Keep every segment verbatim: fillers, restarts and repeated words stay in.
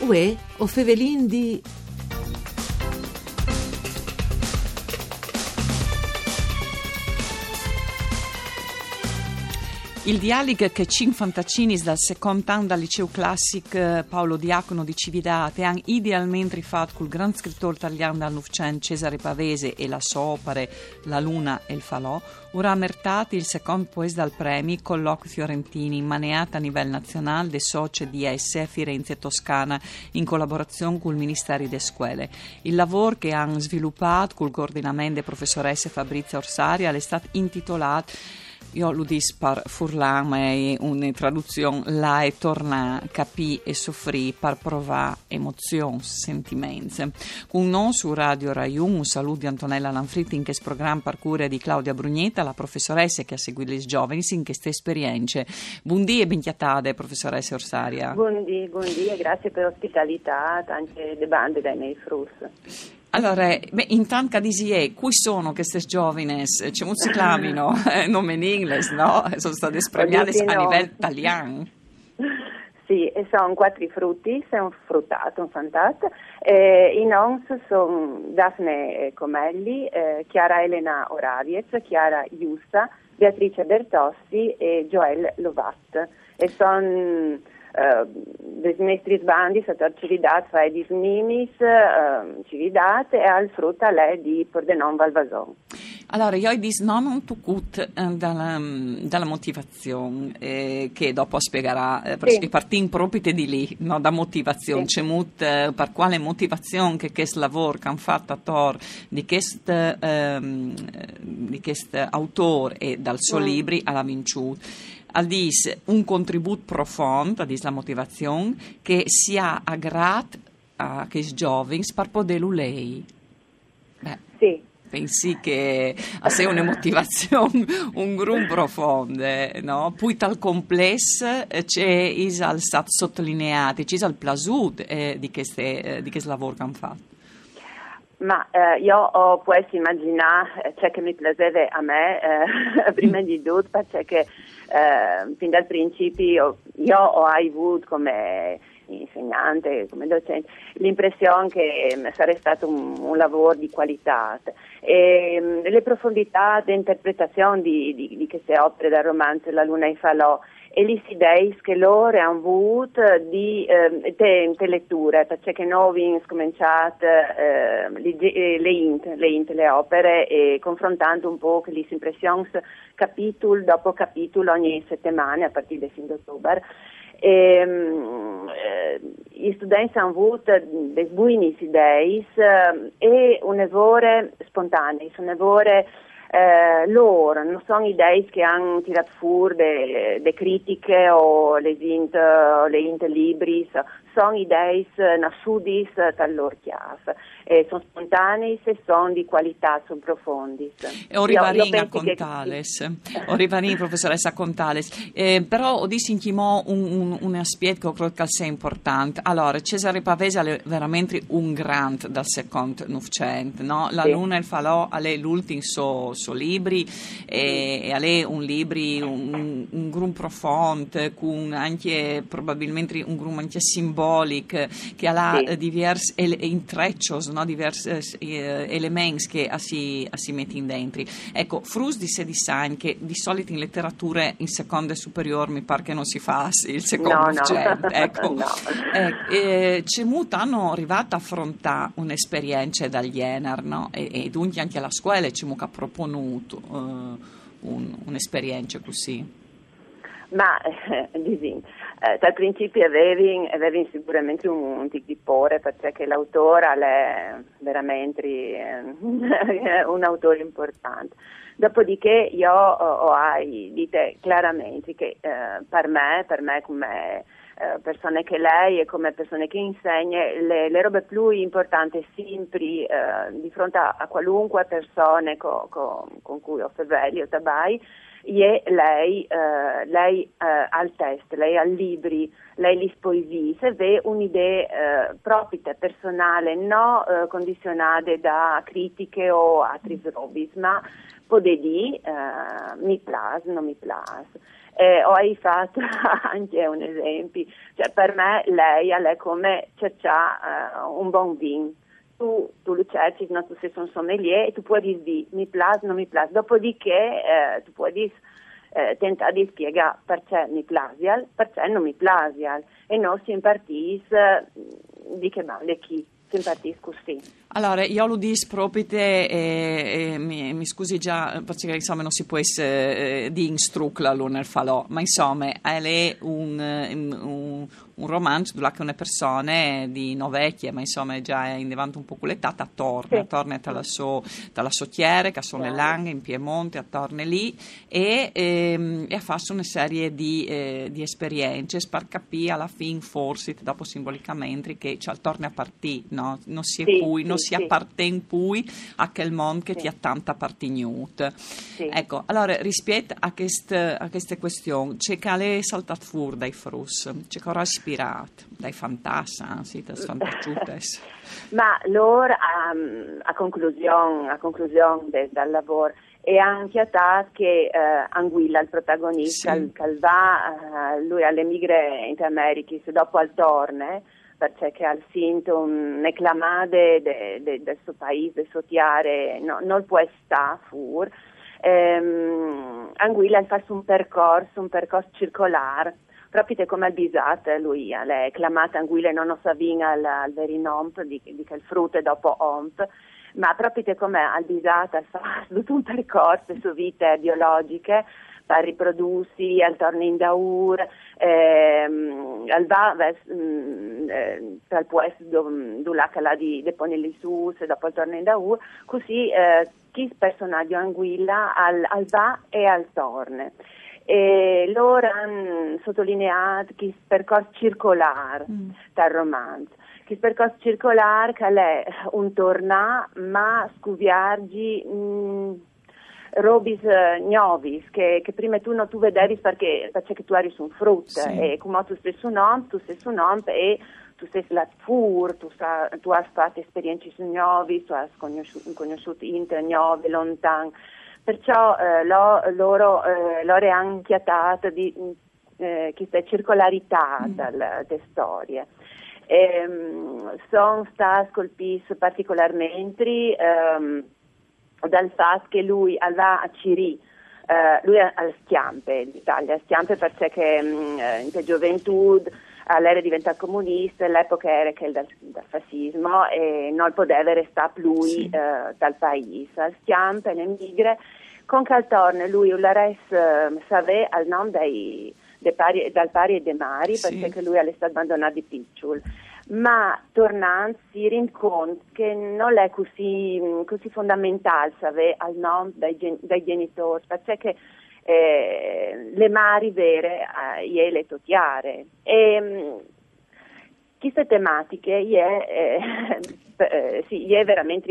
Uè, o Fevelin di... Il dialogo che cin fantacinis dal secondo anno dal liceo classico Paolo Diacono di Cividate han idealmente fatto col gran scrittore italiano dal Novecento Cesare Pavese e la sua opera La Luna e il Falò, ora mertati il secondo poes dal premi Colloqui Fiorentini, maneata a livello nazionale de socie di esse a Firenze e Toscana in collaborazione col Ministeri de Scuole. Il lavoro che hanno sviluppato col coordinamento de professoresse Fabrizia Orsaria è stato intitolato, io lo dis per Furlan, ma è una traduzione, la e torna capì e soffrì per provare emozioni, sentimenti. Con noi su Radio Rai uno, un saluto di Antonella Lanfritti in questo programma per cura di Claudia Brugnetta, la professoressa che ha seguito i giovani in queste esperienze. Buondì e benchiatate, professoressa Orsaria. Buondì, buondì e grazie per l'ospitalità, tante de bande dai miei frus. Allora, beh, intanto che dici, qui sono queste giovani, c'è un ciclamino, nome in inglese, no? Sono state premiate a no. livello italiano. Sì, e sono quattro frutti, sono un fruttato, un fantastico. Eh, I noms sono Daphne Comelli, eh, Chiara Elena Oraviez, Chiara Iusta, Beatrice Bertossi e Joel Lovat. E sono... Uh, des mestris bandi sotto Cividat fa edis mimis uh, Cividat e al frutta lei di Pordenon Valvason. Allora, io ho detto non un tucut eh, dalla, dalla motivazione eh, che dopo spiegherà eh, perché sì. Partim proprio di lì, no, da motivazione, sì. C'è mut, eh, per quale motivazione che questo lavoro che hanno fatto a Tor di questo ehm, di questo autore e dal suo mm. libri alla vinciuto. Al dis un contributo profondo, al dis la motivazione, che sia aggrat a questi giovani per poterlo lei. Beh, sì. Pensi che a sé una motivazione, un gruppo profondo, no? Poi tal complesso c'è is al stat sottolineati, c'è al plasud eh, di queste eh, di questo lavoro che hanno fatto. Ma eh, io ho posso immaginare, c'è che mi piaceva a me, eh, prima di tutto, perché eh, fin dal principio io ho avuto come insegnante, come docente, l'impressione che sarebbe stato un, un lavoro di qualità. E, le profondità di interpretazione di, di, di queste opere dal romanzo La Luna e il Falò e le idee che loro hanno avuto di eh, te, te letture, perché noi abbiamo cominciato eh, le, le, int, le int, le opere e confrontando un po' le impressioni capitolo dopo capitolo ogni settimana a partire da fine ottobre. E, eh, gli studenti hanno avuto delle buone idee eh, e un'evore spontanee, un'evore eh, loro, non sono idee che hanno tirato fuori le critiche o le int, le int libri, sono idee nascudis dal loro chiave, e sono spontanei e sono di qualità, sono profondi. E Orivarina a Contales, che... Orivarina professoressa Contales, eh, però ho detto in chimo un, un, un aspetto che credo che sia importante. Allora, Cesare Pavese è veramente un grande dal secondo Novecento, no? La sì. Luna e il Falò è l'ultimo suo so libri e, e è un libri un, un gruppo profondo con anche probabilmente un gruppo anche simbolico che ha sì. diversi ele- intreccios, no? diversi eh, elementi che si, si mettono dentro. Ecco, frus di design che di solito in letteratura in seconda superiore mi pare che non si fa il secondo no, no. Ecco, no. eh, eh, c'è molto hanno arrivato a affrontare un'esperienza dal Jener, no? e, e dunque anche alla scuola ci ha proponuto uh, un, un'esperienza così. Ma eh, eh, dal principio avevi, avevi sicuramente un, un tipore perché l'autore è veramente eh, un autore importante. Dopodiché io ho, ho dite chiaramente che eh, per me, per me come eh, persone che lei e come persone che insegna, le, le robe più importanti sempre eh, di fronte a, a qualunque persona co, co, con cui ho fevelli o tabai, e lei, eh, lei eh, al test, lei al libri, lei li poesie, se vede un'idea eh, propria, personale, non eh, condizionate da critiche o altri robis, ma può dire eh, mi piace, non mi piace. Eh, ho fatto anche un esempio, cioè per me lei è come cercare uh, un buon vino. Tu, tu lo cerchi, no, tu sei un sommelier e tu puoi dire mi piace, non mi piace, dopodiché eh, tu puoi dire, eh, tentare di spiegare perché mi piace, perché non mi piace e non si impartisce di che male chi. Simpatisch così. Allora, io lo dico proprio te, e, e mi, mi scusi già, perché insomma non si può essere eh, di instrucla nel falò, ma insomma è un, un, un romanzo dove una persona di novecchie, ma insomma è già in davanti un po' l'età, attorno, sì. attorno dalla sua sottiere, che sono le Langhe in Piemonte, attorno lì, e, e, e ha fatto una serie di, eh, di esperienze per capire alla fine, forse, dopo simbolicamente, che cioè, torna a partire, no? Non si è sì, poi, sì, non si sì. appartiene poi a quel mondo che sì. ti ha tanta appartenuta. Sì. Ecco, allora, rispetto a queste, a queste questioni, c'è che è saltato fuori dai frus, c'è che ora ispirato, dai fantassi, anzi, dai fantasciutes. Ma loro, um, a conclusione, a conclusione de, dal lavoro, e anche a te che uh, Anguilla, il protagonista, sì. il Calvà, uh, lui all'emigre in America, se dopo al torne, perché ha sentito un'eclamade de, de, del suo paese, del suo tiare, no, non può stare fuori. Ehm, Anguilla ha fatto un percorso, un percorso circolare, proprio come al Bisat, lui ha acclamato Anguilla non lo savina al, al verinomp, di, di che il frutto è dopo omp, ma proprio come al Bisat ha fatto tutto un percorso su vite biologiche, per riprodursi al torno in daur, ehm, al va eh, al puesto dove la di depone le su e dopo il torno in daur, così eh, chi personaggio Anguilla al, al va e al torne. E loro hanno sottolineato che il percorso circolare mm. del romanzo, che il percorso circolare che è un tornà ma scuviargi mh, robis uh, novis che, che prima tu non tu vedevi perché, perché tu eri su un frutto sì. E come tu stesso nome, tu stesso nome e tu sei la fur, tu, sa, tu hai fatto esperienze su novi, tu hai conosciuto, conosciuto inter novi, lontano, perciò eh, lo, loro eh, loro hanno chiatato di eh, questa circolarità mm. delle storie. Ehm, sono stati colpiti particolarmente ehm, dal fatto che lui va a Ciri, uh, lui è al Stiampe d'Italia, al Stiampe perché um, in gioventù all'era diventato comunista, all'epoca era che dal, dal fascismo e non poteva restare più sì. uh, dal paese. Al Stiampe, l'emigre, con Caltorne lui la res uh, savè al nome dei, dei pari, dal pari e dei mari sì. Perché lui è stato abbandonato di picciul. Ma tornando si rende conto che non è così, così fondamentale sapere al nome dai, gen- dai genitori, perché eh, le mari vere eh, le totiare. E queste tematiche è, eh, eh, sì, è veramente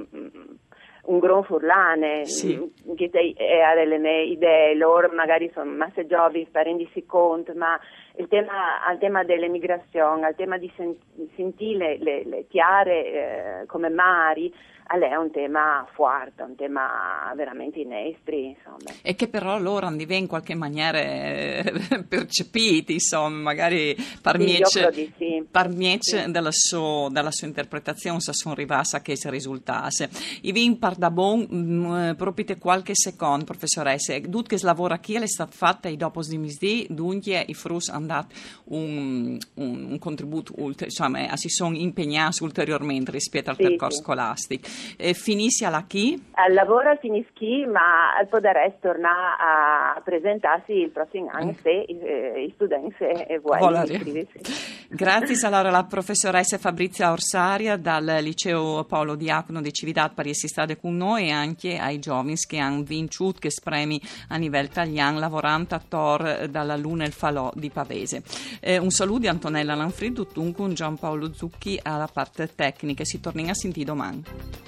un gran furlane, sì. Che ha delle idee, loro magari sono masse giovani per rendersi conto, ma il tema, al tema dell'emigrazione, al tema di sentire le, le tiare eh, come mari, è un tema forte, un tema veramente inestri, insomma. E che però loro hanno in qualche maniera eh, percepiti, insomma, magari per miece, sì, per miece sì. della, sua, della sua interpretazione se sono arrivati a che si risultasse. I vin par da bon, mh, proprio qualche secondo, professoressa, tutto che lavora qui è stato fatto e dopo di misdì, dunque i frus hanno dato un, un, un contributo, ulter, insomma, si sono impegnati ulteriormente rispetto al sì, percorso sì. scolastico. Eh, finisce alla chi? Al lavoro finischi, ma potrei tornare a presentarsi il prossimo anno mm. se eh, i studenti e vogliono iscriversi. Grazie allora alla professoressa Fabrizia Orsaria dal liceo Paolo Diacono di Cividad per essere stata con noi e anche ai giovani che hanno vinto che premi a livello italiano lavorando a Tor dalla Luna il Falò di Pavese. Eh, un saluto di Antonella Lanfrido, con Giampaolo Zucchi alla parte tecnica. Si torna a sentire domani.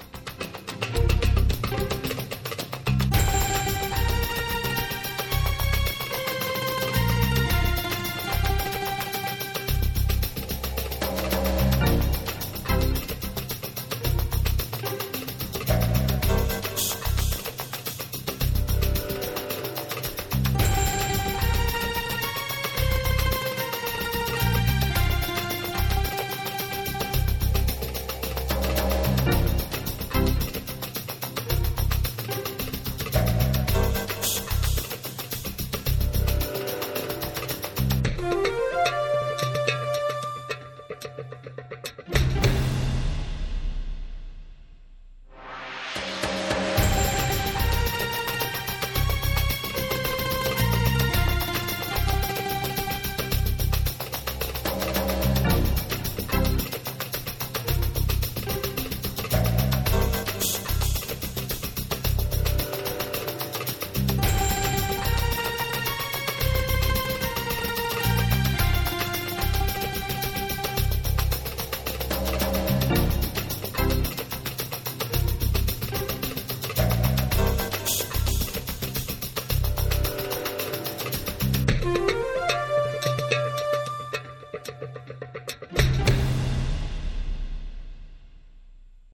Thank you.